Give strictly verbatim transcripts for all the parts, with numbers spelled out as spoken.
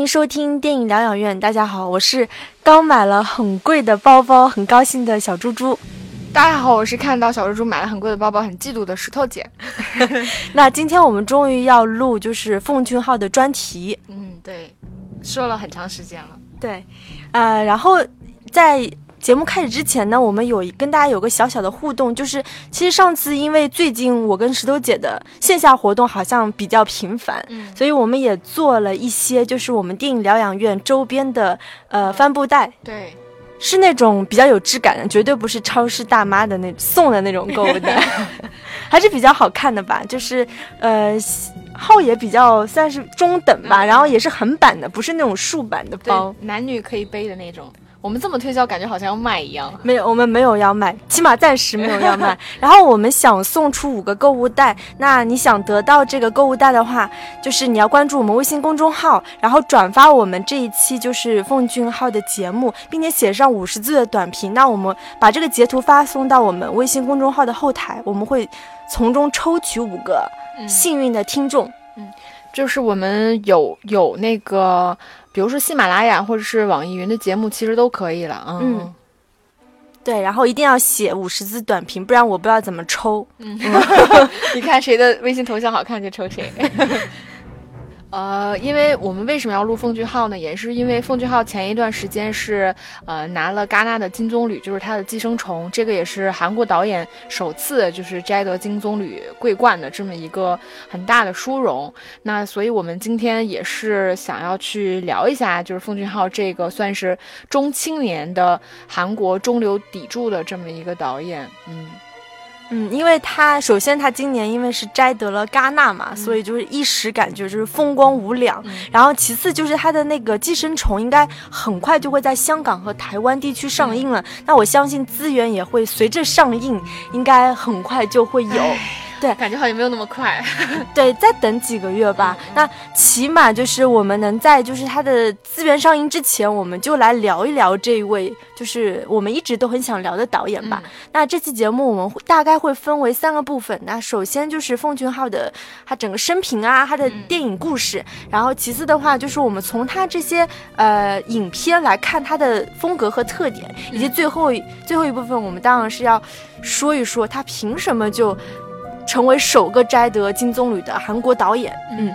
收听电影疗养院。大家好，我是刚买了很贵的包包很高兴的小猪猪。 大家好，我是看到小猪猪买了很贵的包包很嫉妒的石头姐。 那今天我们终于要录就是奉俊昊的专题。 嗯，对，说了很长时间了。 对，呃，然后在节目开始之前呢，我们有跟大家有个小小的互动，就是其实上次因为最近我跟石头姐的线下活动好像比较频繁，嗯，所以我们也做了一些就是我们电影疗养院周边的呃帆布袋， 对， 是那种比较有质感的，绝对不是超市大妈的那送的那种购物袋，还是比较好看的吧，就是呃号也比较算是中等吧，嗯，然后也是横版的，不是那种竖版的包， 男女可以背的那种。我们这么推销感觉好像要卖一样。 没有，我们没有要卖，起码暂时没有要卖。然后我们想送出五个购物袋，那你想得到这个购物袋的话，就是你要关注我们微信公众号，然后转发我们这一期就是奉俊昊的节目，并且写上五十字的短评。那我们把这个截图发送到我们微信公众号的后台，我们会从中抽取五个幸运的听众。 嗯，嗯就是我们有有那个。比如说喜马拉雅或者是网易云的节目其实都可以了。 嗯, 嗯对，然后一定要写五十字短评，不然我不知道怎么抽。 嗯你看谁的微信头像好看就抽谁。呃，因为我们为什么要录奉俊昊呢？也是因为奉俊昊前一段时间是呃拿了戛纳的金棕榈，就是他的《寄生虫》，这个也是韩国导演首次就是摘得金棕榈桂冠的这么一个很大的殊荣。那所以我们今天也是想要去聊一下，就是奉俊昊这个算是中青年的韩国中流砥柱的这么一个导演。嗯。 嗯，因为他首先他今年因为是摘得了戛纳嘛，嗯，所以就是一时感觉就是风光无两，嗯，然后其次就是他的那个寄生虫应该很快就会在香港和台湾地区上映了，嗯，那我相信资源也会随着上映应该很快就会有。对， 感觉好像没有那么快。 对，再等几个月吧。嗯，那起码就是我们能在就是它的资源上映之前，我们就来聊一聊这一位就是我们一直都很想聊的导演吧。嗯，那这期节目我们大概会分为三个部分。那首先就是奉俊昊的他整个生平啊，他的电影故事，嗯，然后其次的话就是我们从他这些呃影片来看他的风格和特点，嗯，以及最后最后一部分我们当然是要说一说他凭什么就成为首个摘得金棕榈的韩国导演。嗯，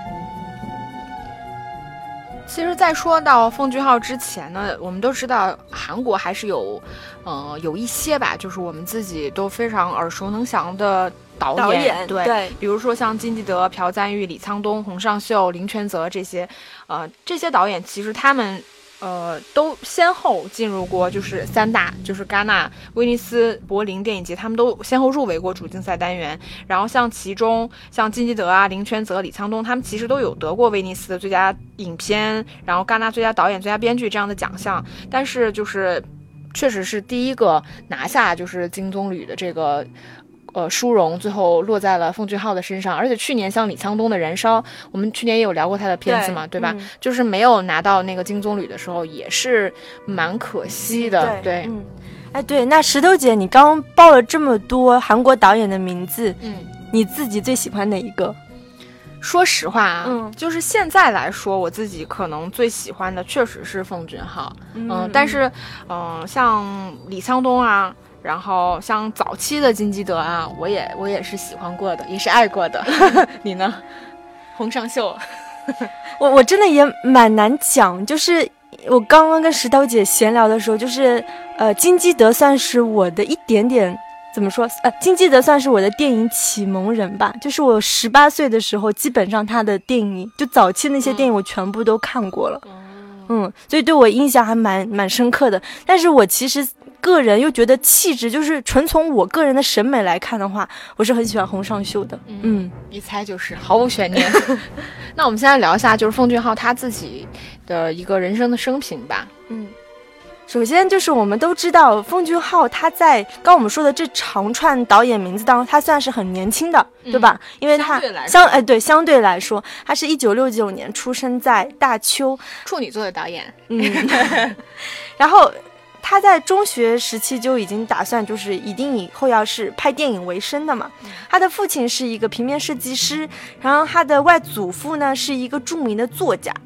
其实在说到奉俊昊之前呢，我们都知道韩国还是有呃有一些吧，就是我们自己都非常耳熟能详的导演, 导演对, 对比如说像金基德、朴赞郁、李沧东、洪尚秀、林权泽这些呃这些导演，其实他们呃，都先后进入过，就是三大，就是戛纳、威尼斯、柏林电影节，他们都先后入围过主竞赛单元。然后像其中，像金基德啊、林权泽、李沧东，他们其实都有得过威尼斯的最佳影片，然后戛纳最佳导演、最佳编剧这样的奖项。但是就是确实是第一个拿下就是金棕榈的这个呃，殊荣最后落在了奉俊昊的身上，而且去年像李沧东的《燃烧》，我们去年也有聊过他的片子嘛， 对, 对吧、嗯？就是没有拿到那个金棕榈的时候，也是蛮可惜的。对， 对嗯，哎，对，那石头姐，你刚刚报了这么多韩国导演的名字，嗯，你自己最喜欢哪一个？ 说实话啊，嗯，就是现在来说，我自己可能最喜欢的确实是奉俊昊，嗯，嗯但是，嗯、呃，像李沧东啊。然后像早期的金基德啊，我也我也是喜欢过的，也是爱过的。你呢？洪尚秀， 我我真的也蛮难讲。就是我刚刚跟石头姐闲聊的时候，就是呃，金基德算是我的一点点怎么说？呃，金基德算是我的电影启蒙人吧。就是我十八岁的时候，基本上他的电影就早期那些电影我全部都看过了。嗯，嗯所以对我印象还蛮蛮深刻的。但是我其实。个人又觉得气质，就是纯从我个人的审美来看的话，我是很喜欢洪尚秀的。嗯，嗯一猜就是毫无悬念。那我们现在聊一下，就是奉俊昊他自己的一个人生的生平吧。 嗯，首先就是我们都知道，奉俊昊他在刚我们说的这长串导演名字当中，他算是很年轻的，嗯、对吧？因为他相哎对相对来说，他是一九六九年出生在大邱， 处女座的导演。 嗯，然后。他在中学时期就已经打算就是一定以后要是拍电影为生的嘛。他的父亲是一个平面设计师，然后他的外祖父呢是一个著名的作家。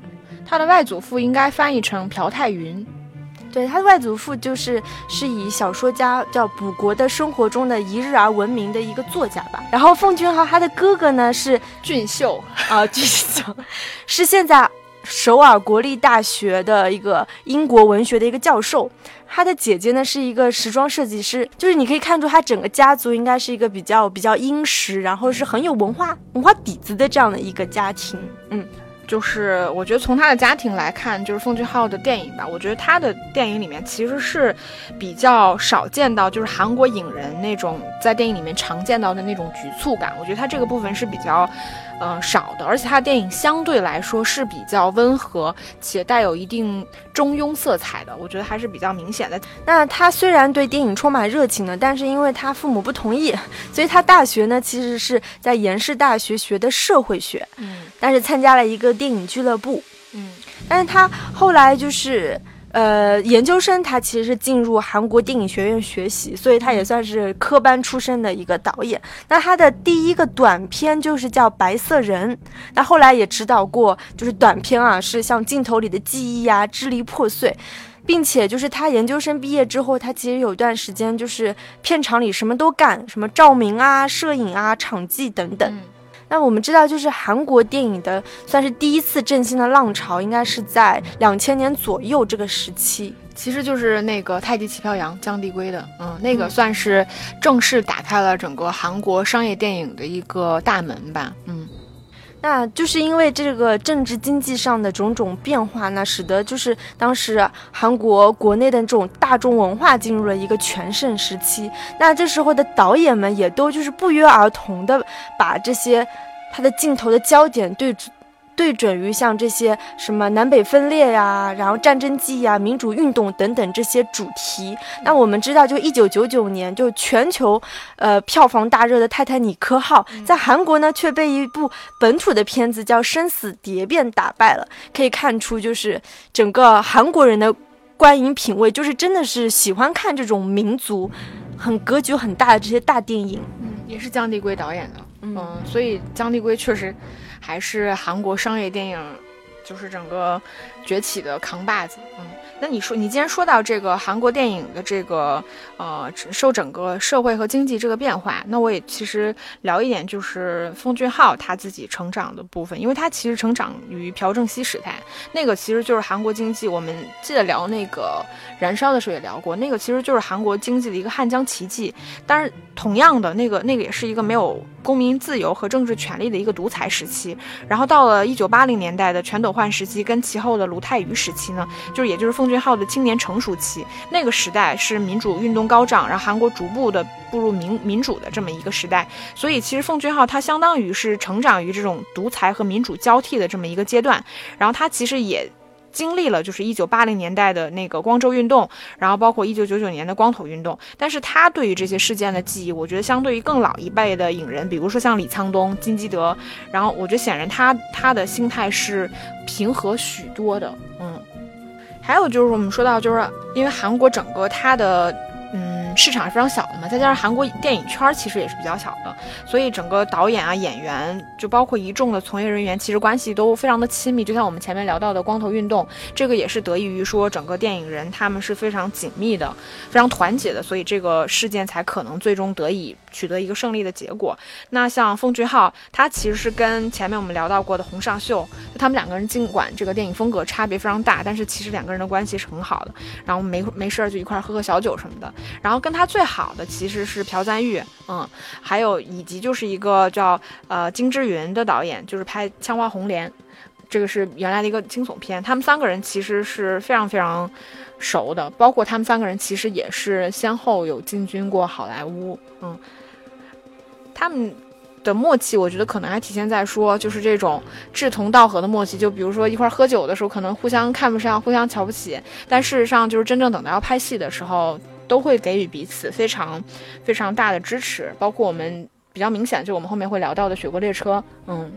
他的外祖父应该翻译成朴泰云。 对，他的外祖父就是是以小说家叫卜国的生活中的一日而闻名的一个作家吧。然后奉俊昊他的哥哥呢是俊秀啊，俊秀是现在首尔国立大学的一个英国文学的一个教授。他的姐姐呢是一个时装设计师，就是你可以看出他整个家族应该是一个比较比较殷实，然后是很有文化文化底子的这样的一个家庭。嗯。 就是我觉得从他的家庭来看，就是奉俊昊的电影吧，我觉得他的电影里面其实是比较少见到就是韩国影人那种在电影里面常见到的那种局促感，我觉得他这个部分是比较呃少的，而且他的电影相对来说是比较温和且带有一定中庸色彩的，我觉得还是比较明显的。 那他虽然对电影充满热情的，但是因为他父母不同意，所以他大学呢其实是在延世大学学的社会学， 嗯， 但是参加了一个电影俱乐部， 嗯， 但是他后来就是呃研究生，他其实是进入韩国电影学院学习，所以他也算是科班出身的一个导演。那他的第一个短片就是叫《白色人》，那后来也指导过就是短片啊，是像镜头里的记忆啊、支离破碎。并且就是他研究生毕业之后，他其实有段时间就是片场里什么都干，什么照明啊、摄影啊、场记等等。 嗯， 那我们知道，就是韩国电影的算是第一次振兴的浪潮，应该是在两千年左右这个时期。 其实就是那个《太极旗飘扬》姜帝圭的，嗯，那个算是正式打开了整个韩国商业电影的一个大门吧，嗯。 那就是因为这个政治经济上的种种变化呢，使得就是当时韩国国内的这种大众文化进入了一个全盛时期。那这时候的导演们也都就是不约而同的把这些他的镜头的焦点对对准于像这些什么南北分裂呀，然后战争记呀、民主运动等等这些主题。那我们知道，就一九九九年就全球呃票房大热的《泰坦尼克号》，在韩国呢却被一部本土的片子叫《生死蝶变》打败了。可以看出，就是整个韩国人的观影品味，就是真的是喜欢看这种民族很格局很大的这些大电影。 嗯，也是姜帝圭导演的。嗯，所以姜帝圭确实还是韩国商业电影就是整个崛起的扛把子。嗯，那你说你既然说到这个韩国电影的这个呃受整个社会和经济这个变化，那我也其实聊一点就是奉俊昊他自己成长的部分，因为他其实成长于朴正熙时代，那个其实就是韩国经济，我们记得聊那个燃烧的时候也聊过，那个其实就是韩国经济的一个汉江奇迹。但是同样的那个那个也是一个没有公民自由和政治权利的一个独裁时期。然后到了一九八零年代的全斗焕时期跟其后的卢泰愚时期呢，就是也就是奉俊昊的青年成熟期，那个时代是民主运动高涨，然后韩国逐步的步入民民主的这么一个时代。所以其实奉俊昊他相当于是成长于这种独裁和民主交替的这么一个阶段，然后他其实也经历了就是一九八零年代的那个光州运动，然后包括一九九九年的光头运动，但是他对于这些事件的记忆，我觉得相对于更老一辈的影人，比如说像李沧东、金基德，然后我觉得显然他他的心态是平和许多的。嗯，还有就是我们说到，就是因为韩国整个它的嗯市场是非常小的嘛，再加上韩国电影圈其实也是比较小的，所以整个导演啊、演员，就包括一众的从业人员，其实关系都非常的亲密。就像我们前面聊到的光头运动，这个也是得益于说整个电影人他们是非常紧密的、非常团结的，所以这个事件才可能最终得以取得一个胜利的结果。那像奉俊昊，他其实是跟前面我们聊到过的洪尚秀，就他们两个人尽管这个电影风格差别非常大，但是其实两个人的关系是很好的，然后没没事就一块喝喝小酒什么的。然后跟他最好的其实是朴赞郁，嗯，还有以及就是一个叫呃金智云的导演，就是拍《枪花红莲》，这个是原来的一个惊悚片。他们三个人其实是非常非常熟的，包括他们三个人其实也是先后有进军过好莱坞，嗯，他们的默契我觉得可能还体现在说就是这种志同道合的默契，就比如说一块喝酒的时候可能互相看不上、互相瞧不起，但事实上就是真正等到要拍戏的时候都会给予彼此非常非常大的支持，包括我们比较明显就我们后面会聊到的《雪国列车》。嗯，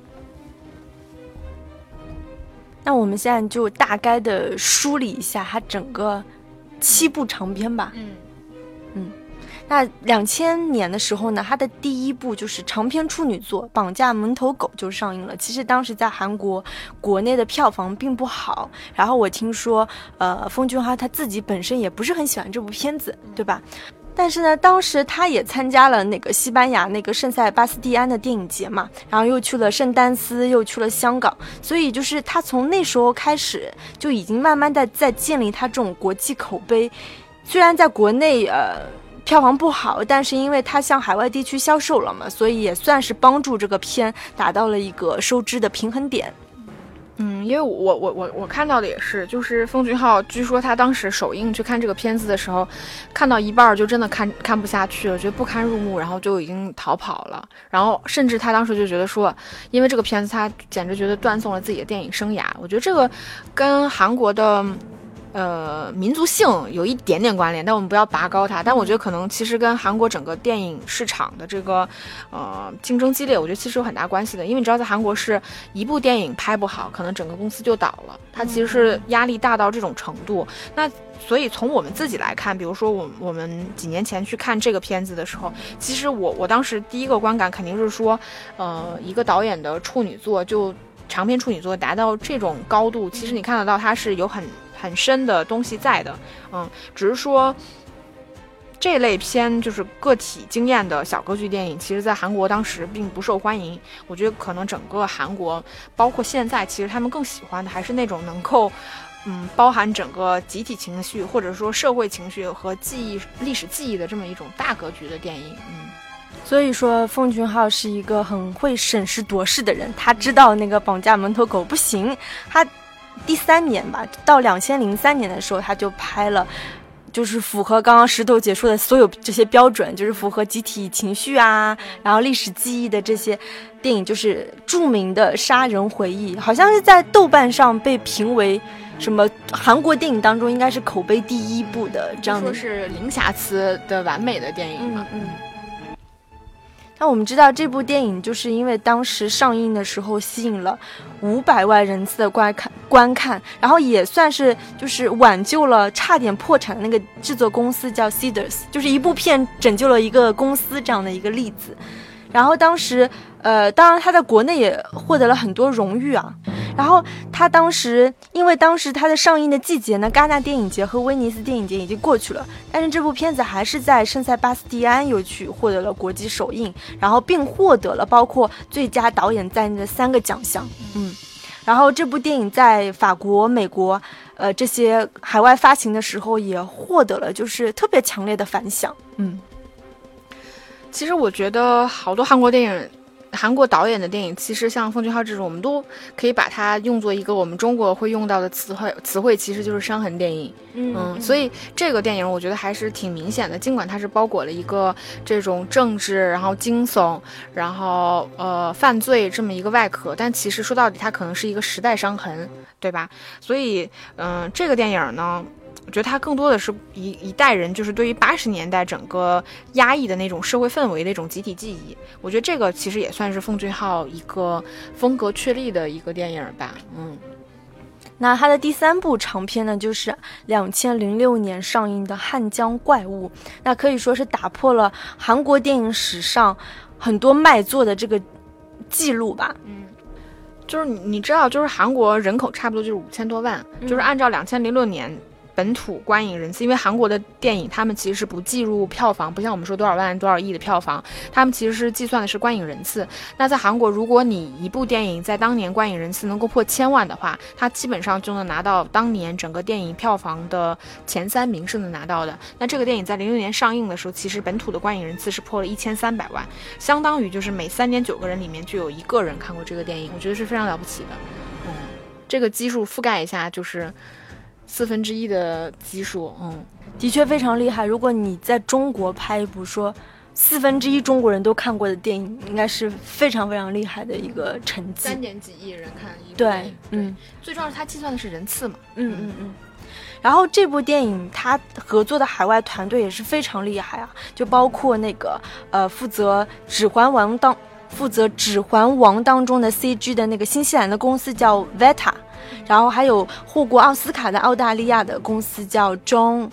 那我们现在就大概的梳理一下它整个七部长篇吧。 嗯嗯， 那两千年的时候呢，他的第一部就是长篇处女作《绑架门头狗》就上映了。其实当时在韩国国内的票房并不好，然后我听说，呃，奉俊昊他自己本身也不是很喜欢这部片子，对吧？但是呢，当时他也参加了那个西班牙那个圣塞巴斯蒂安的电影节嘛，然后又去了圣丹斯，又去了香港，所以就是他从那时候开始就已经慢慢的在建立他这种国际口碑。虽然在国内呃票房不好，但是因为他向海外地区销售了嘛，所以也算是帮助这个片达到了一个收支的平衡点。 嗯，因为我我我我看到的也是，就是奉俊昊，据说他当时首映去看这个片子的时候，看到一半就真的看看不下去了，觉得不堪入目，然后就已经逃跑了。然后甚至他当时就觉得说，因为这个片子，他简直觉得断送了自己的电影生涯。我觉得这个跟韩国的呃民族性有一点点关联，但我们不要拔高它。但我觉得可能其实跟韩国整个电影市场的这个呃竞争激烈，我觉得其实有很大关系的。因为你知道，在韩国是一部电影拍不好，可能整个公司就倒了，它其实是压力大到这种程度。那所以从我们自己来看，比如说我我们几年前去看这个片子的时候，其实我我当时第一个观感肯定是说，呃，一个导演的处女作就长篇处女作达到这种高度，其实你看得到它是有很很深的东西在的，嗯，只是说这类片就是个体经验的小歌剧电影，其实在韩国当时并不受欢迎。我觉得可能整个韩国，包括现在，其实他们更喜欢的还是那种能够，嗯，包含整个集体情绪或者说社会情绪和记忆、历史记忆的这么一种大格局的电影，嗯。 所以说奉俊昊是一个很会审时度势的人，他知道那个绑架门头狗不行，他第三年吧，到两千零三年的时候，他就拍了，就是符合刚刚石头姐说的所有这些标准，就是符合集体情绪啊，然后历史记忆的这些电影，就是著名的《杀人回忆》，好像是在豆瓣上被评为什么韩国电影当中应该是口碑第一部的这样的， 说是零瑕疵的完美的电影嘛， 嗯。嗯那我们知道这部电影就是因为当时上映的时候吸引了五百万人次的观看观看，然后也算是就是挽救了差点破产的那个制作公司叫 Cedars， 就是一部片拯救了一个公司这样的一个例子。然后当时呃，当然他在国内也获得了很多荣誉啊。然后他当时因为当时他的上映的季节呢，戛纳电影节和威尼斯电影节已经过去了，但是这部片子还是在圣塞巴斯蒂安又去获得了国际首映，然后并获得了包括最佳导演在内的三个奖项。嗯，然后这部电影在法国、美国呃这些海外发行的时候也获得了就是特别强烈的反响。嗯， 其实我觉得好多韩国电影韩国导演的电影，其实像奉俊昊这种，我们都可以把它用作一个我们中国会用到的词汇，词汇其实就是伤痕电影。嗯, 嗯，所以这个电影我觉得还是挺明显的，尽管它是包裹了一个这种政治，然后惊悚，然后呃犯罪这么一个外壳，但其实说到底，它可能是一个时代伤痕，对吧？所以，嗯、呃，这个电影呢，我觉得它更多的是一一代人，就是对于八十年代整个压抑的那种社会氛围的一种集体记忆。我觉得这个其实也算是奉俊昊一个风格确立的一个电影吧。嗯， 那他的第三部长片呢，就是两千零六年上映的《汉江怪物》，那可以说是打破了韩国电影史上很多卖座的这个记录吧。 嗯。就是你你知道，就是韩国人口差不多就是五千多万，嗯、就是按照两千零六年本土观影人次，因为韩国的电影他们其实是不计入票房，不像我们说多少万多少亿的票房，他们其实是计算的是观影人次。那在韩国，如果你一部电影在当年观影人次能够破千万的话，它基本上就能拿到当年整个电影票房的前三名是能拿到的。那这个电影在零六年上映的时候，其实本土的观影人次是破了一千三百万，相当于就是每三点九个人里面就有一个人看过这个电影，我觉得是非常了不起的。嗯，这个基数覆盖一下就是四分之一的基数，嗯， 的确非常厉害。如果你在中国拍一部说四分之一中国人都看过的电影，应该是非常非常厉害的一个成绩。 三点几亿人看一部电影，对，嗯， 最重要是它计算的是人次嘛， 嗯嗯嗯。然后这部电影它合作的海外团队也是非常厉害啊，就包括那个呃负责《指环王》当负责《指环王》当中的 C G 的那个新西兰的公司叫 Veta。然后还有获过奥斯卡的澳大利亚的公司叫 John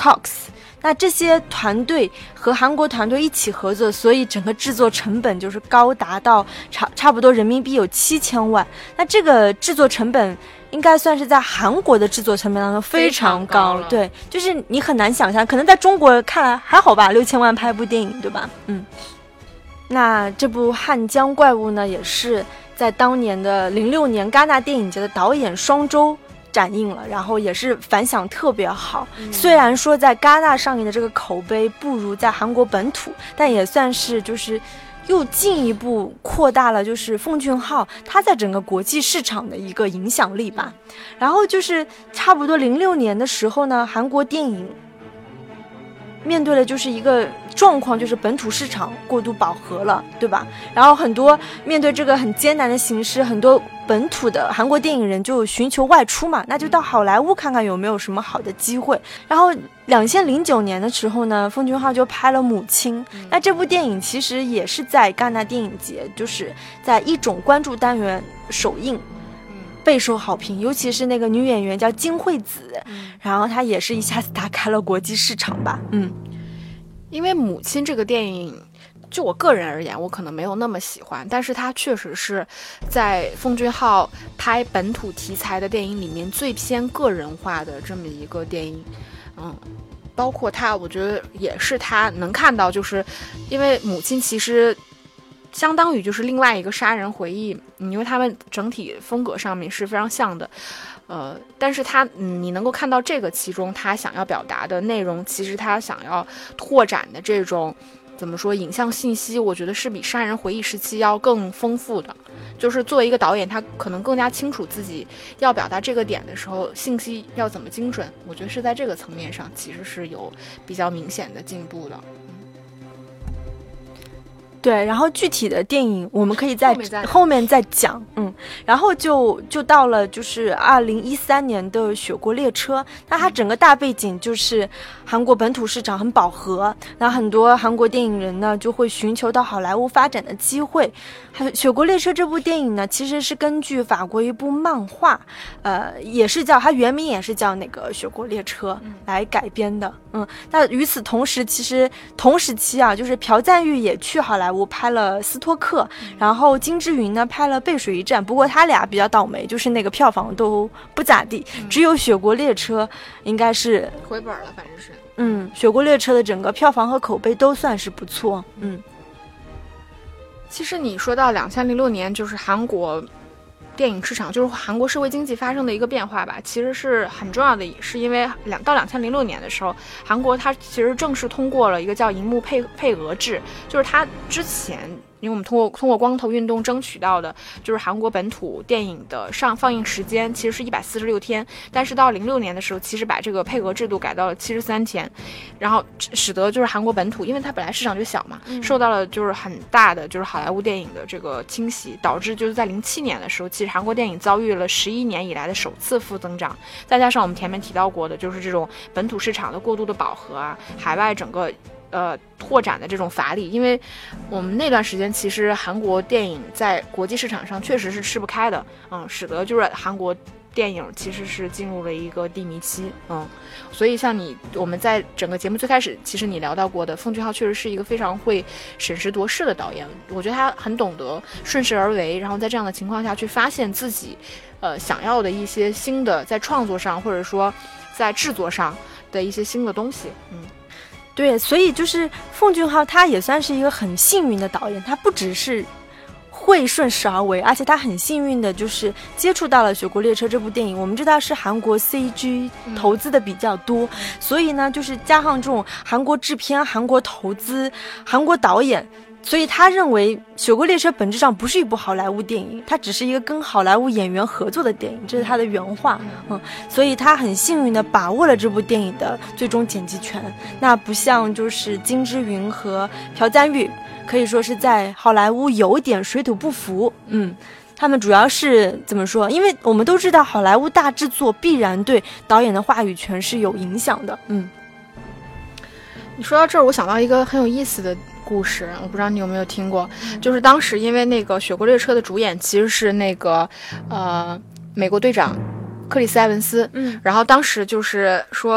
Cox。那这些团队和韩国团队一起合作，所以整个制作成本就是高达到差差不多人民币有七千万。那这个制作成本应该算是在韩国的制作成本当中非常高， 非常高对，就是你很难想象，可能在中国看来还好吧，六千万拍部电影，对吧？嗯。那这部《汉江怪物》呢，也是在当年的零六年戛纳电影节的导演双周展映了，然后也是反响特别好、嗯、虽然说在戛纳上映的这个口碑不如在韩国本土，但也算是就是又进一步扩大了就是奉俊昊他在整个国际市场的一个影响力吧。然后就是差不多零六年的时候呢，韩国电影面对了就是一个状况，就是本土市场过度饱和了，对吧？然后很多面对这个很艰难的形势，很多本土的韩国电影人就寻求外出嘛，那就到好莱坞看看有没有什么好的机会。然后两千零九年的时候呢，奉俊昊就拍了《母亲》，那这部电影其实也是在戛纳电影节，就是在一种关注单元首映，备受好评，尤其是那个女演员叫金惠子、嗯、然后她也是一下子打开了国际市场吧。嗯， 因为《母亲》这个电影就我个人而言我可能没有那么喜欢，但是它确实是在奉俊昊拍本土题材的电影里面最偏个人化的这么一个电影。嗯，包括他我觉得也是他能看到，就是因为《母亲》其实相当于就是另外一个杀人回忆，因为他们整体风格上面是非常像的，呃，但是他、嗯、你能够看到这个其中他想要表达的内容，其实他想要拓展的这种怎么说影像信息，我觉得是比杀人回忆时期要更丰富的。就是作为一个导演，他可能更加清楚自己要表达这个点的时候信息要怎么精准，我觉得是在这个层面上其实是有比较明显的进步的。 对，然后具体的电影我们可以在后面再讲。嗯，然后就就到了就是二零一三年的《雪国列车》，那它整个大背景就是韩国本土市场很饱和，那很多韩国电影人呢就会寻求到好莱坞发展的机会。还有《雪国列车》这部电影呢，其实是根据法国一部漫画，呃，也是叫它原名也是叫那个《雪国列车》来改编的。嗯，那与此同时，其实同时期啊，就是朴赞郁也去好莱坞拍了《斯托克》，然后金智云呢拍了《背水一战》，不过他俩比较倒霉，就是那个票房都不咋地，只有《雪国列车》应该是回本了，反正是。 嗯，《雪国列车》的整个票房和口碑都算是不错。嗯， 其实你说到两千零六年，就是韩国电影市场，就是韩国社会经济发生的一个变化吧，其实是很重要的，是因为两到两千零六年的时候，韩国它其实正式通过了一个叫荧幕配配额制，就是它之前因为我们通过通过光头运动争取到的，就是韩国本土电影的上放映时间其实是一百四十六天，但是到零六年的时候，其实把这个配额制度改到了七十三天，然后使得就是韩国本土，因为它本来市场就小嘛，受到了就是很大的就是好莱坞电影的这个侵袭，导致就是在零七年的时候，其实韩国电影遭遇了十一年以来的首次负增长，再加上我们前面提到过的，就是这种本土市场的过度的饱和啊，海外整个。呃，拓展的这种乏力，因为我们那段时间其实韩国电影在国际市场上确实是吃不开的，嗯，使得就是韩国电影其实是进入了一个低迷期，嗯，所以像你我们在整个节目最开始，其实你聊到过的，奉俊昊确实是一个非常会审时度势的导演，我觉得他很懂得顺势而为，然后在这样的情况下去发现自己，呃，想要的一些新的在创作上或者说在制作上的一些新的东西，嗯。 对，所以就是奉俊昊他也算是一个很幸运的导演，他不只是会顺势而为，而且他很幸运的就是接触到了《雪国列车》这部电影。我们知道是韩国 C G 投资的比较多、嗯、所以呢就是加上这种韩国制片、韩国投资、韩国导演，所以他认为《雪国列车》本质上不是一部好莱坞电影，它只是一个跟好莱坞演员合作的电影，这是他的原话。嗯，所以他很幸运的把握了这部电影的最终剪辑权。那不像就是金智云和朴赞郁，可以说是在好莱坞有点水土不服。嗯，他们主要是怎么说？因为我们都知道好莱坞大制作必然对导演的话语权是有影响的。嗯， 你说到这儿，我想到一个很有意思的故事，我不知道你有没有听过，就是当时因为那个《雪国列车》的主演其实是那个呃美国队长克里斯埃文斯，嗯，然后当时就是说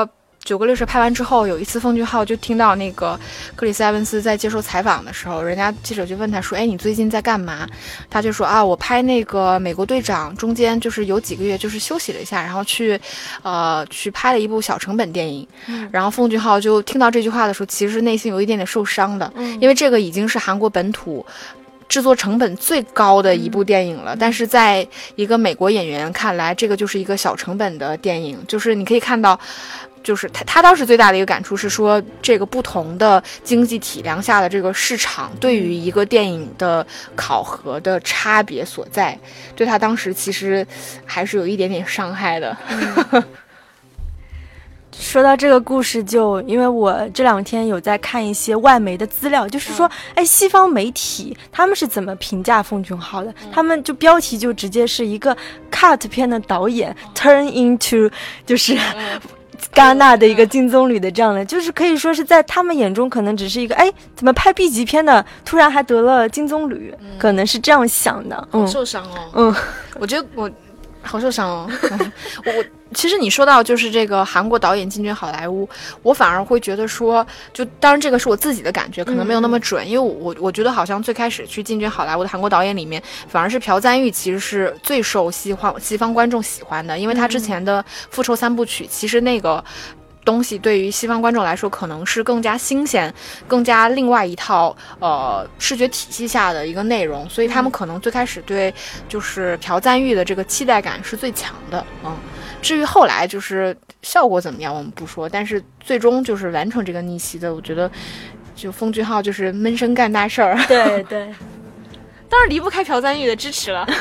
九个律师拍完之后，有一次奉俊昊就听到那个克里斯埃文斯在接受采访的时候，人家记者就问他说：“哎，你最近在干嘛？”他就说：“啊，我拍那个美国队长，中间就是有几个月就是休息了一下，然后去，呃，去拍了一部小成本电影。嗯”然后奉俊昊就听到这句话的时候，其实内心有一点点受伤的，嗯、因为这个已经是韩国本土制作成本最高的一部电影了，嗯、但是在一个美国演员看来，这个就是一个小成本的电影，就是你可以看到。就是他，他当时最大的一个感触是说，这个不同的经济体量下的这个市场对于一个电影的考核的差别所在，对他当时其实还是有一点点伤害的。嗯说到这个故事就，因为我这两天有在看一些外媒的资料，就是说，哎，西方媒体他们是怎么评价奉俊昊的？嗯、他们就标题就直接是一个 cut 片的导演、嗯、turn into 就是。嗯戛纳的一个金棕榈的这样的，就是可以说是在他们眼中可能只是一个，哎，怎么拍 B 级片的，突然还得了金棕榈，嗯、可能是这样想的。 嗯，好受伤哦。嗯，我觉得我好受伤哦。我我其实你说到就是这个韩国导演进军好莱坞，我反而会觉得说，就当然这个是我自己的感觉，可能没有那么准，嗯、因为我我我觉得好像最开始去进军好莱坞的韩国导演里面，反而是朴赞郁其实是最受西方西方观众喜欢的，因为他之前的复仇三部曲，其实那个。东西对于西方观众来说可能是更加新鲜，更加另外一套呃视觉体系下的一个内容，所以他们可能最开始对就是朴赞郁的这个期待感是最强的。嗯，至于后来就是效果怎么样我们不说，但是最终就是完成这个逆袭的，我觉得就奉俊昊就是闷声干大事儿。 对对， 当然离不开朴赞郁的支持了。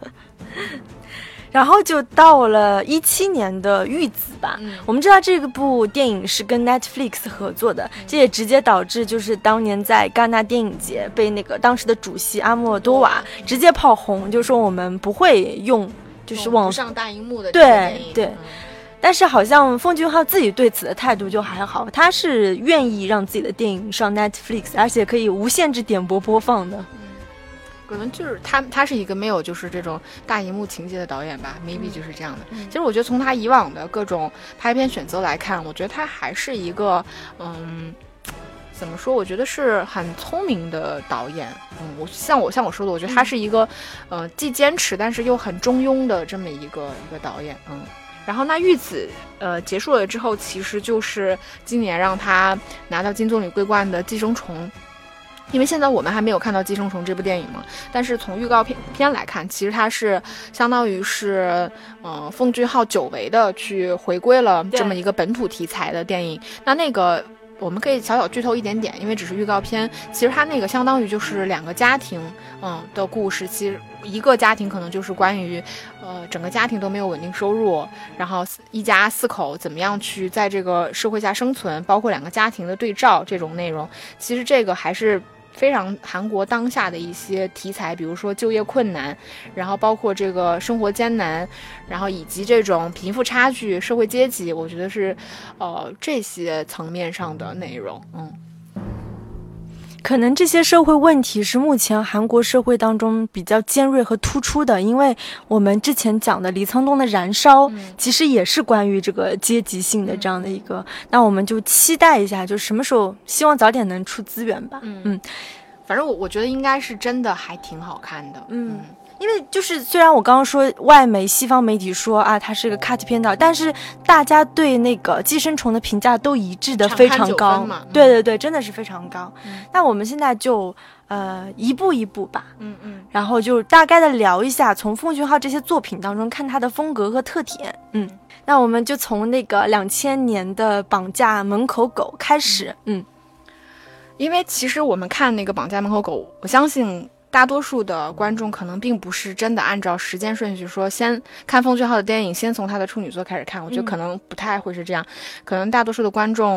然后就到了一七年的《玉子》吧、嗯，我们知道这个部电影是跟 Netflix 合作的，嗯、这也直接导致就是当年在戛纳电影节被那个当时的主席阿莫多瓦直接炮轰，就说我们不会用就是往、 哦、上大荧幕的这个电影对对。嗯，但是好像奉俊昊自己对此的态度就还好，他是愿意让自己的电影上 Netflix， 而且可以无限制点播播放的。 可能就是他，他是一个没有就是这种大荧幕情节的导演吧 ，maybe 就是这样的。嗯、其实我觉得从他以往的各种拍片选择来看，我觉得他还是一个，嗯，怎么说？我觉得是很聪明的导演。嗯，我像我像我说的，我觉得他是一个，嗯、呃，既坚持但是又很中庸的这么一个一个导演。嗯。然后那玉子呃结束了之后，其实就是今年让他拿到金棕榈桂冠的《寄生虫》。因为现在我们还没有看到《寄生虫》这部电影嘛，但是从预告片片来看，其实它是相当于是，呃，奉俊昊久违的去回归了这么一个本土题材的电影。那那个我们可以小小剧透一点点，因为只是预告片。其实它那个相当于就是两个家庭，嗯的故事。其实一个家庭可能就是关于，呃，整个家庭都没有稳定收入，然后一家四口怎么样去在这个社会下生存，包括两个家庭的对照这种内容。其实这个还是。非常韩国当下的一些题材，比如说就业困难，然后包括这个生活艰难，然后以及这种贫富差距、社会阶级，我觉得是，呃，这些层面上的内容，嗯。 可能这些社会问题是目前韩国社会当中比较尖锐和突出的，因为我们之前讲的李沧东的《燃烧》嗯、其实也是关于这个阶级性的这样的一个、嗯、那我们就期待一下，就什么时候希望早点能出资源吧。嗯嗯， 反正我我觉得应该是真的还挺好看的。嗯。嗯， 因为就是虽然我刚刚说外媒西方媒体说啊它是个 cut 片导，但是大家对那个寄生虫的评价都一致的非常高、嗯、对对对，真的是非常高、嗯、那我们现在就呃一步一步吧，嗯嗯，然后就大概的聊一下从奉俊昊这些作品当中看他的风格和特点。嗯，那我们就从那个两千年的绑架门口狗开始。嗯， 因为其实我们看那个绑架门口狗，我相信大多数的观众可能并不是真的按照时间顺序说先看奉俊昊的电影，先从他的处女作开始看，我觉得可能不太会是这样、嗯、可能大多数的观众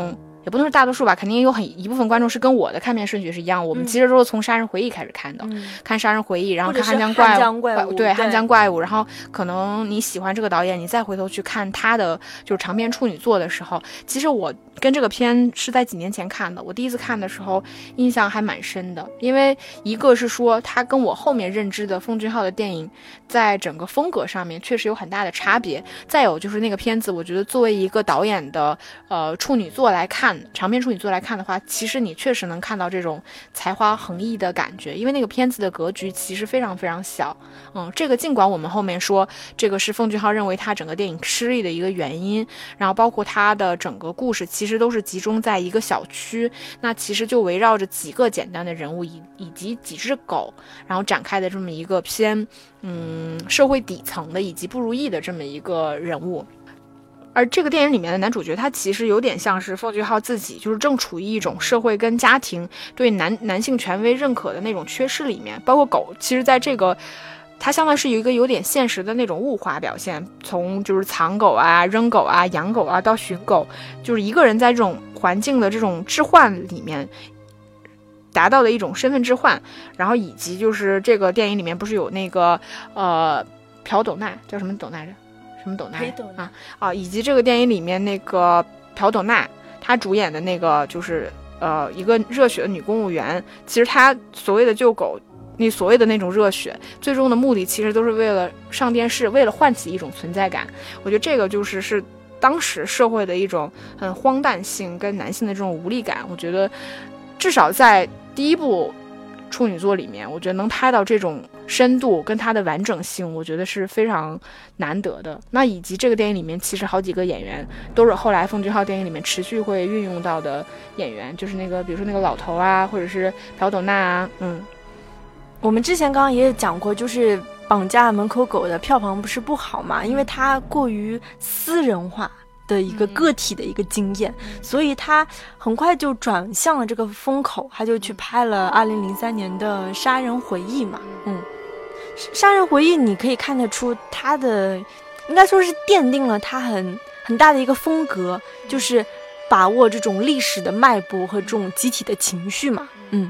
也不能是大多数吧，肯定有很一部分观众是跟我的看片顺序是一样，我们其实都是从杀人回忆开始看的、嗯、看杀人回忆，然后看汉江怪物， 怪物对汉江怪物，然后可能你喜欢这个导演，你再回头去看他的就是长篇处女作的时候，其实我跟这个片是在几年前看的，我第一次看的时候印象还蛮深的，因为一个是说他跟我后面认知的奉俊昊的电影在整个风格上面确实有很大的差别，再有就是那个片子我觉得作为一个导演的呃处女作来看，长篇处女作来看的话，其实你确实能看到这种才华横溢的感觉，因为那个片子的格局其实非常非常小。嗯，这个尽管我们后面说这个是奉俊昊认为他整个电影失利的一个原因，然后包括他的整个故事其实都是集中在一个小区，那其实就围绕着几个简单的人物以以及几只狗，然后展开的这么一个偏嗯社会底层的以及不如意的这么一个人物。而这个电影里面的男主角他其实有点像是奉俊昊自己，就是正处于一种社会跟家庭对男男性权威认可的那种缺失里面，包括狗其实在这个它相当是有一个有点现实的那种物化表现，从就是藏狗啊扔狗啊养狗啊到寻狗，就是一个人在这种环境的这种置换里面达到的一种身份置换，然后以及就是这个电影里面不是有那个呃朴斗娜叫什么斗娜着什么斗娜啊啊，以及这个电影里面那个朴斗娜她主演的那个就是呃一个热血的女公务员，其实她所谓的救狗，你所谓的那种热血，最终的目的其实都是为了上电视，为了唤起一种存在感。我觉得这个就是是当时社会的一种很荒诞性跟男性的这种无力感。我觉得至少在第一部处女作里面，我觉得能拍到这种深度跟它的完整性，我觉得是非常难得的。那以及这个电影里面其实好几个演员都是后来奉俊昊电影里面持续会运用到的演员，就是那个比如说那个老头啊，或者是朴斗娜啊，嗯。 我们之前刚刚也有讲过，就是绑架门口狗的票房不是不好嘛，因为它过于私人化的一个个体的一个经验、嗯、所以他很快就转向了这个风口，他就去拍了二零零三年的杀人回忆嘛。嗯，杀人回忆你可以看得出他的应该说是奠定了他很很大的一个风格，就是把握这种历史的脉搏和这种集体的情绪嘛。嗯，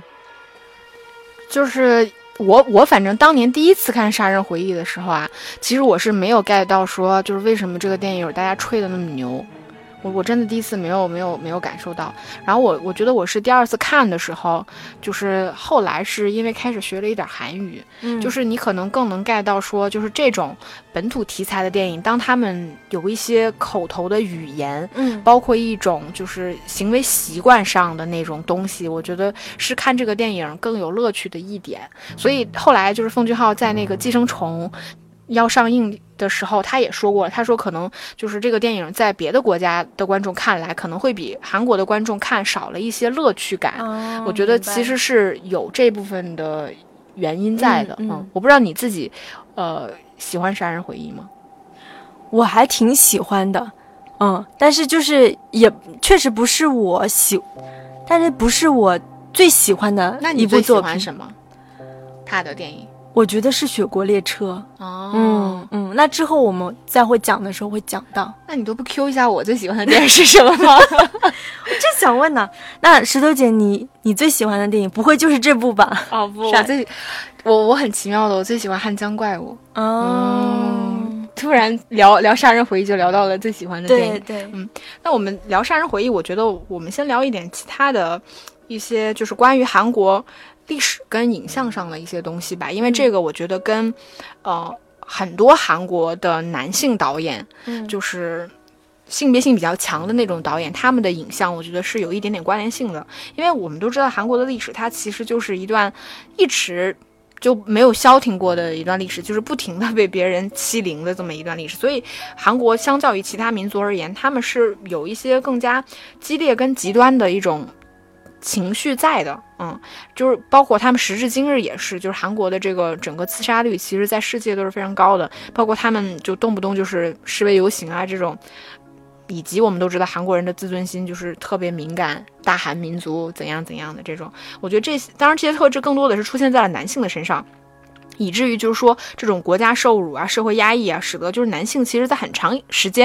就是我我反正当年第一次看《杀人回忆》的时候啊，其实我是没有 get 到说就是为什么这个电影大家吹的那么牛，我我真的第一次没有没有没有感受到。然后我我觉得我是第二次看的时候，就是后来是因为开始学了一点韩语、嗯、就是你可能更能 get 到说就是这种本土题材的电影，当他们有一些口头的语言，嗯，包括一种就是行为习惯上的那种东西，我觉得是看这个电影更有乐趣的一点。所以后来就是奉俊昊在那个《寄生虫》要上映的时候他也说过，他说可能就是这个电影在别的国家的观众看来可能会比韩国的观众看少了一些乐趣感、哦、我觉得其实是有这部分的原因在的。 嗯, 嗯, 嗯我不知道你自己呃喜欢杀人回忆吗？ 我还挺喜欢的，嗯，但是就是也确实不是我喜但是不是我最喜欢的一部作品。 那你最喜欢什么他的电影？ 我觉得是《雪国列车》 哦， 嗯嗯，那之后我们再会讲的时候会讲到。 那你都不 Q 一下我最喜欢的电影是什么吗？ 我正想问呢。那石头姐，你你最喜欢的电影不会就是这部吧？ 哦不，我最我我很奇妙的，我最喜欢《汉江怪物》。 哦、 嗯，突然聊聊杀人回忆就聊到了最喜欢的电影。 对对， 嗯，那我们聊杀人回忆，我觉得我们先聊一点其他的一些，就是关于韩国历史跟影像上的一些东西吧，因为这个我觉得跟、嗯、呃很多韩国的男性导演、嗯、就是性别性比较强的那种导演，他们的影像我觉得是有一点点关联性的。因为我们都知道韩国的历史它其实就是一段一直就没有消停过的一段历史，就是不停的被别人欺凌的这么一段历史。所以韩国相较于其他民族而言，他们是有一些更加激烈跟极端的一种情绪在的。嗯，就是包括他们时至今日也是，就是韩国的这个整个自杀率其实在世界都是非常高的，包括他们就动不动就是示威游行啊这种，以及我们都知道韩国人的自尊心就是特别敏感，大韩民族怎样怎样的这种，我觉得这些当然这些特质更多的是出现在了男性的身上，以至于就是说这种国家受辱啊社会压抑啊，使得就是男性其实在很长时间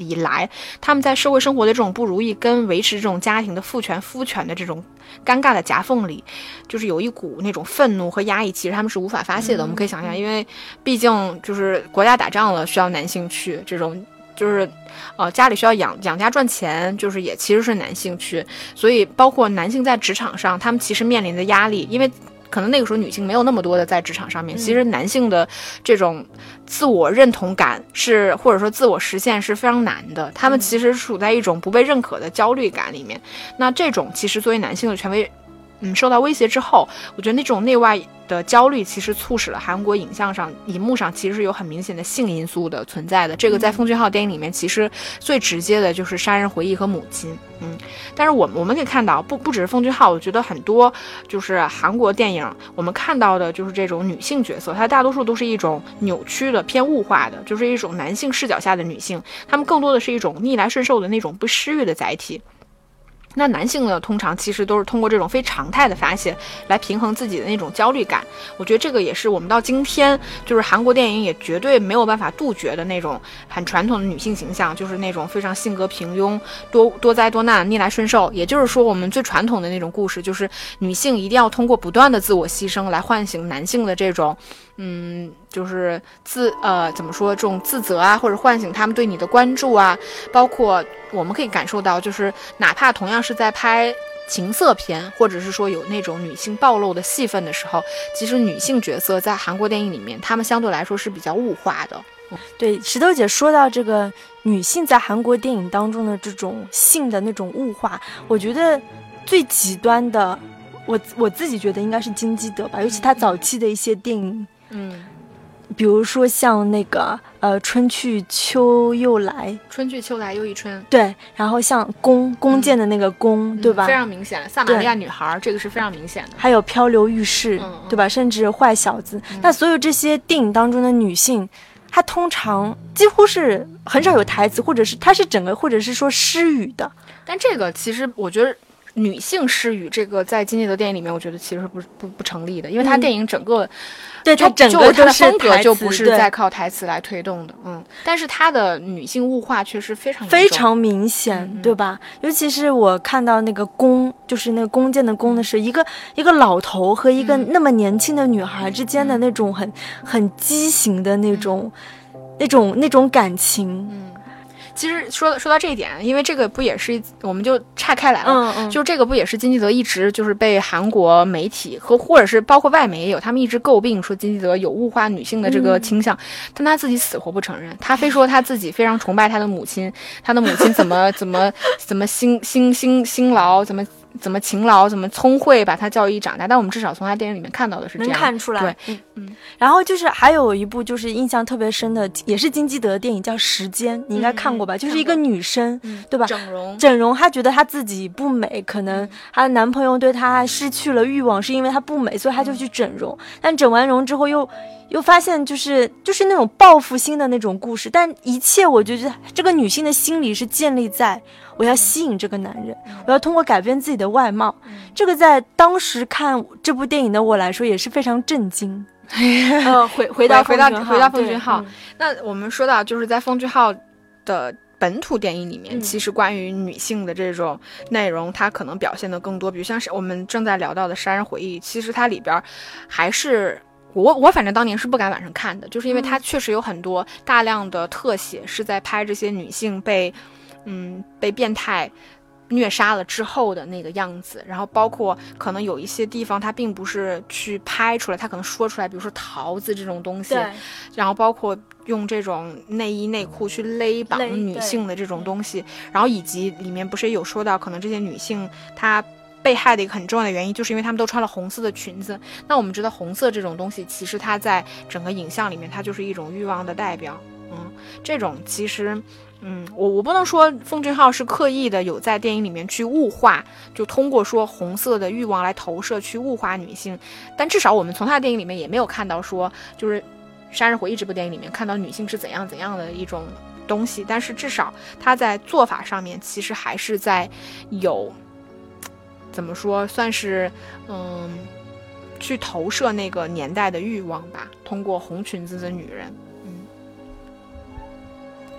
以来，他们在社会生活的这种不如意跟维持这种家庭的父权夫权的这种尴尬的夹缝里，就是有一股那种愤怒和压抑，其实他们是无法发泄的、嗯、我们可以想象，因为毕竟就是国家打仗了需要男性去，这种就是呃家里需要养养家赚钱，就是也其实是男性去，所以包括男性在职场上他们其实面临的压力，因为可能那个时候女性没有那么多的在职场上面、嗯、其实男性的这种自我认同感是或者说自我实现是非常难的，他们其实处在一种不被认可的焦虑感里面、嗯、那这种其实作为男性的权威嗯，受到威胁之后，我觉得那种内外的焦虑其实促使了韩国影像上荧幕上其实是有很明显的性因素的存在的，这个在奉俊昊电影里面其实最直接的就是杀人回忆和母亲。嗯，但是我们我们可以看到不不只是奉俊昊，我觉得很多就是韩国电影我们看到的就是这种女性角色，它大多数都是一种扭曲的偏物化的，就是一种男性视角下的女性，她们更多的是一种逆来顺受的那种不失欲的载体。那男性呢，通常其实都是通过这种非常态的发泄来平衡自己的那种焦虑感。我觉得这个也是我们到今天就是韩国电影也绝对没有办法杜绝的那种很传统的女性形象，就是那种非常性格平庸、多多灾多难、逆来顺受。也就是说，我们最传统的那种故事，就是女性一定要通过不断的自我牺牲来唤醒男性的这种。嗯，就是自呃怎么说这种自责啊，或者唤醒他们对你的关注啊，包括我们可以感受到，就是哪怕同样是在拍情色片，或者是说有那种女性暴露的戏份的时候，其实女性角色在韩国电影里面，她们相对来说是比较物化的。 对，石头姐说到这个女性在韩国电影当中的这种性的那种物化，我觉得最极端的，我我自己觉得应该是金基德吧，尤其他早期的一些电影。 嗯， 比如说像那个呃春去秋又来， 春去秋来又一春， 对，然后像弓弓箭的那个弓、嗯、对吧、 嗯、非常明显，萨玛利亚女孩这个是非常明显的， 还有漂流浴室、 嗯、 对吧，甚至坏小子、嗯、那所有这些电影当中的女性，她通常几乎是很少有台词，或者是她是整个或者是说失语的。 但这个其实我觉得女性失语这个在金基德电影里面我觉得其实不不不成立的，因为他电影整个、嗯、 对他整个他的风格就不是在靠台词来推动的。嗯，但是他的女性物化确实非常非常明显、嗯、对吧，尤其是我看到那个弓，就是那个弓箭的弓的是一个一个老头和一个那么年轻的女孩之间的那种很、嗯、很畸形的那种、嗯、那种那种感情。 嗯，其实说说到这一点，因为这个不也是我们就岔开来了， 嗯嗯， 就这个不也是金基德一直就是被韩国媒体和或者是包括外媒也有，他们一直诟病说金基德有物化女性的这个倾向、嗯、但他自己死活不承认，他非说他自己非常崇拜他的母亲，他的母亲怎么怎么怎么辛辛辛辛劳，怎么怎么勤劳，怎么聪慧，把他教育长大。但我们至少从他电影里面看到的是这样， 能看出来。 对， 嗯嗯。然后就是还有一部就是印象特别深的，也是金基德的电影，叫《时间》，你应该看过吧？嗯、就是一个女生， 嗯、 对吧？ 整容， 整容，她觉得她自己不美，可能她的男朋友对她失去了欲望，是因为她不美，所以她就去整容。但整完容之后又。又发现就是就是那种报复心的那种故事，但一切我觉得这个女性的心理是建立在我要吸引这个男人，我要通过改变自己的外貌，这个在当时看这部电影的我来说也是非常震惊。呃，回回到回到回到奉俊昊，那我们说到就是在奉俊昊的本土电影里面、嗯、其实关于女性的这种内容它可能表现的更多，比如像是我们正在聊到的《杀人回忆》，其实它里边还是我我反正当年是不敢晚上看的，就是因为它确实有很多大量的特写是在拍这些女性被嗯被变态虐杀了之后的那个样子，然后包括可能有一些地方它并不是去拍出来，它可能说出来，比如说桃子这种东西，然后包括用这种内衣内裤去勒绑女性的这种东西，然后以及里面不是也有说到可能这些女性她被害的一个很重要的原因就是因为她们都穿了红色的裙子。那我们知道红色这种东西其实它在整个影像里面它就是一种欲望的代表。嗯，这种其实嗯，我我不能说奉俊昊是刻意的有在电影里面去物化，就通过说红色的欲望来投射去物化女性，但至少我们从他的电影里面也没有看到说就是《杀人回忆》这部电影里面看到女性是怎样怎样的一种东西，但是至少他在做法上面其实还是在有怎么说算是嗯去投射那个年代的欲望吧，通过红裙子的女人。 我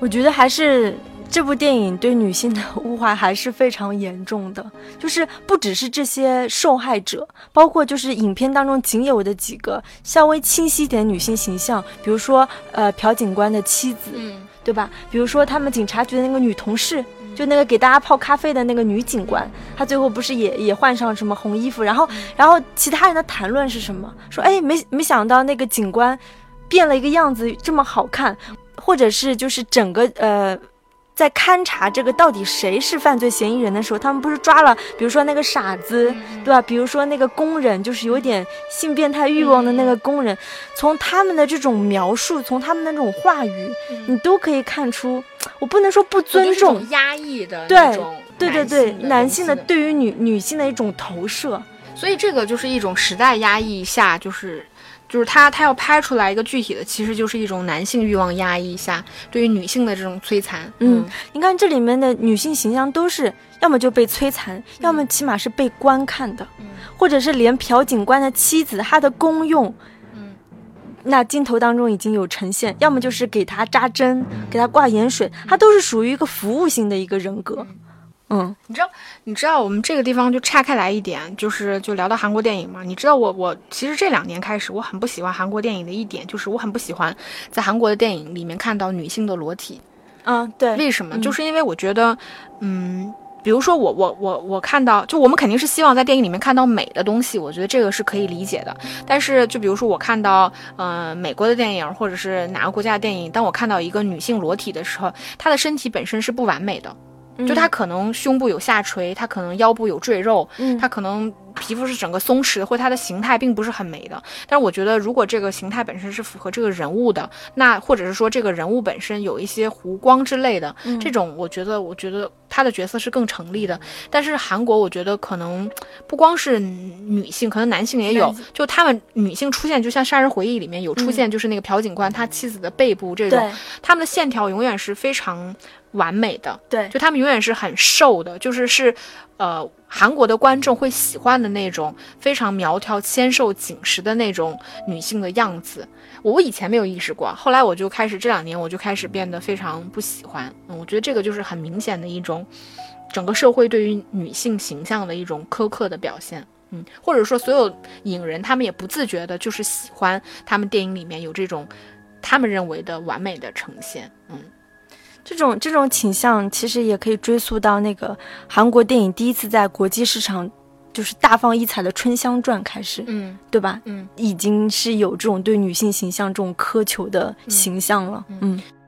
我觉得还是这部电影对女性的物化还是非常严重的，就是不只是这些受害者，包括就是影片当中仅有的几个稍微清晰一点的女性形象，比如说呃朴警官的妻子， 嗯， 对吧？比如说他们警察局的那个女同事，就那个给大家泡咖啡的那个女警官，她最后不是也也换上什么红衣服，然后然后其他人的谈论是什么？说哎没没想到那个警官变了一个样子这么好看，或者是就是整个呃。在勘察这个到底谁是犯罪嫌疑人的时候，他们不是抓了比如说那个傻子，对吧？比如说那个工人，就是有点性变态欲望的那个工人，从他们的这种描述，从他们的那种话语，你都可以看出，我不能说不尊重， 压抑的那种， 对对对对，男性的对于女女性的一种投射， 所以这个就是一种时代压抑下，就是就是他他要拍出来一个具体的，其实就是一种男性欲望压抑下对于女性的这种摧残。 嗯，你看这里面的女性形象都是要么就被摧残，嗯、要么起码是被观看的，嗯、或者是连朴警官的妻子她的功用，嗯，那镜头当中已经有呈现，要么就是给她扎针，给她挂盐水，她都是属于一个服务性的一个人格。嗯嗯， 你知道，你知道我们这个地方就岔开来一点，就是就聊到韩国电影嘛。你知道我我其实这两年开始，我很不喜欢韩国电影的一点，就是我很不喜欢在韩国的电影里面看到女性的裸体。 嗯，对。 为什么？嗯、就是因为我觉得，嗯，比如说我我我我看到，就我们肯定是希望在电影里面看到美的东西，我觉得这个是可以理解的。但是就比如说我看到，呃，美国的电影或者是哪个国家的电影，当我看到一个女性裸体的时候，她的身体本身是不完美的。就他可能胸部有下垂，他可能腰部有赘肉，嗯，他可能皮肤是整个松弛的，或者他的形态并不是很美的。但是我觉得，如果这个形态本身是符合这个人物的，那或者是说这个人物本身有一些弧光之类的，嗯、这种我觉得，我觉得他的角色是更成立的。但是韩国，我觉得可能不光是女性，可能男性也有，就他们女性出现，就像《杀人回忆》里面有出现，就是那个朴警官他妻子的背部这种，嗯、他们的线条永远是非常完美的， 对， 就他们永远是很瘦的，就是是，呃，韩国的观众会喜欢的那种非常苗条、纤瘦、紧实的那种女性的样子。我以前没有意识过，后来我就开始这两年我就开始变得非常不喜欢。嗯，我觉得这个就是很明显的一种整个社会对于女性形象的一种苛刻的表现。嗯，或者说所有影人他们也不自觉的就是喜欢他们电影里面有这种他们认为的完美的呈现。嗯。 这种这种倾向其实也可以追溯到那个韩国电影第一次在国际市场就是大放异彩的《春香传》开始， 嗯， 对吧？ 嗯， 已经是有这种对女性形象这种苛求的形象了。嗯。嗯